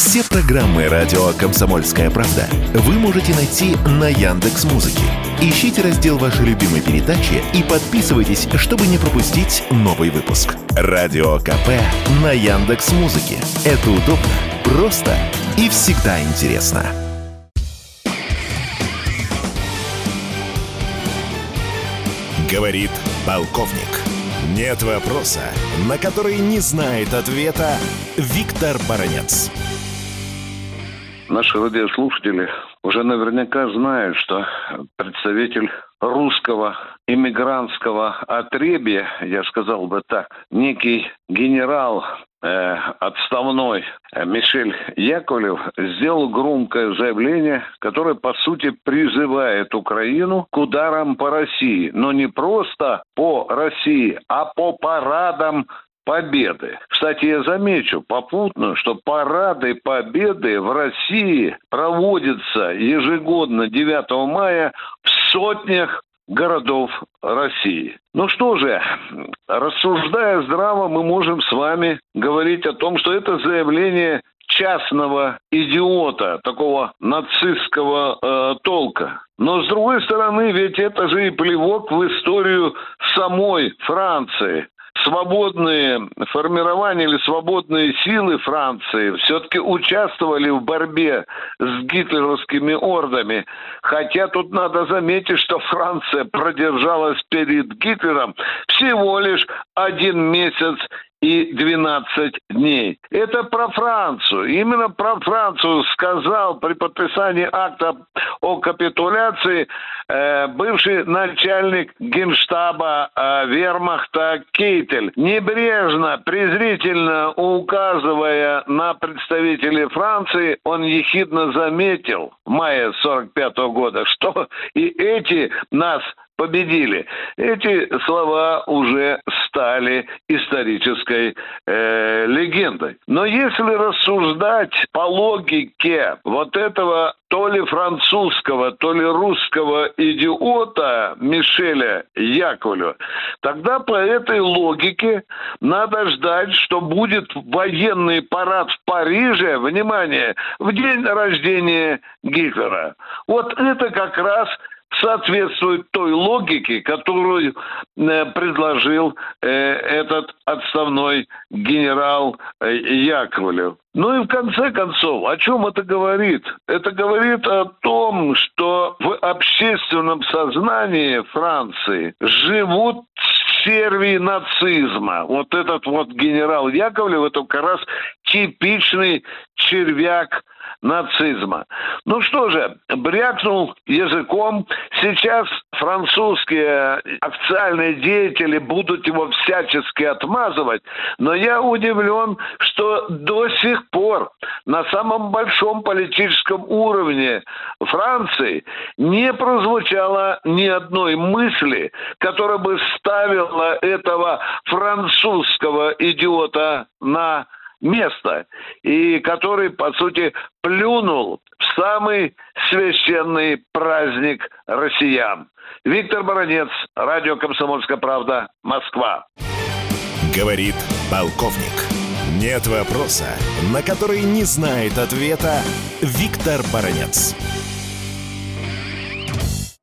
Все программы радио «Комсомольская правда» вы можете найти на Яндекс.Музыке. Ищите раздел вашей любимой передачи и подписывайтесь, чтобы не пропустить новый выпуск. Радио КП на Яндекс.Музыке. Это удобно, просто и всегда интересно. Говорит полковник. Нет вопроса, на который не знает ответа Виктор Баранец. Наши радиослушатели уже наверняка знают, что представитель русского иммигрантского отребья, я сказал бы так, некий генерал отставной Мишель Яковлев сделал громкое заявление, которое, по сути, призывает Украину к ударам по России. Но не просто по России, а по парадам Победы. Кстати, я замечу попутно, что парады Победы в России проводятся ежегодно 9 мая в сотнях городов России. Ну что же, рассуждая здраво, мы можем с вами говорить о том, что это заявление частного идиота, такого нацистского толка. Но с другой стороны, ведь это же и плевок в историю самой Франции. Свободные формирования или свободные силы Франции все-таки участвовали в борьбе с гитлеровскими ордами. Хотя тут надо заметить, что Франция продержалась перед Гитлером всего лишь 1 месяц и 12 дней. Это про Францию. Именно про Францию сказал при подписании акта о капитуляции бывший начальник генштаба вермахта Кейтель. Небрежно, презрительно указывая на представителей Франции, он ехидно заметил в мае 1945 года, что и эти нас победили. Эти слова уже стали исторической легендой. Но если рассуждать по логике вот этого то ли французского, то ли русского идиота Мишеля Яковлева, тогда по этой логике надо ждать, что будет военный парад в Париже, внимание, в день рождения Гитлера. Вот это как раз соответствует той логике, которую предложил этот отставной генерал Яковлев. Ну и в конце концов, о чем это говорит? Это говорит о том, что в общественном сознании Франции живут черви нацизма. Вот этот вот генерал Яковлев, это как раз типичный червяк нацизма. Ну что же, брякнул языком. Сейчас французские официальные деятели будут его всячески отмазывать, но я удивлен, что до сих пор на самом большом политическом уровне Франции не прозвучало ни одной мысли, которая бы ставила этого французского идиота на место, и который, по сути, плюнул в самый священный праздник россиян. Виктор Баранец, радио «Комсомольская правда», Москва. Говорит полковник. Нет вопроса, на который не знает ответа Виктор Баранец.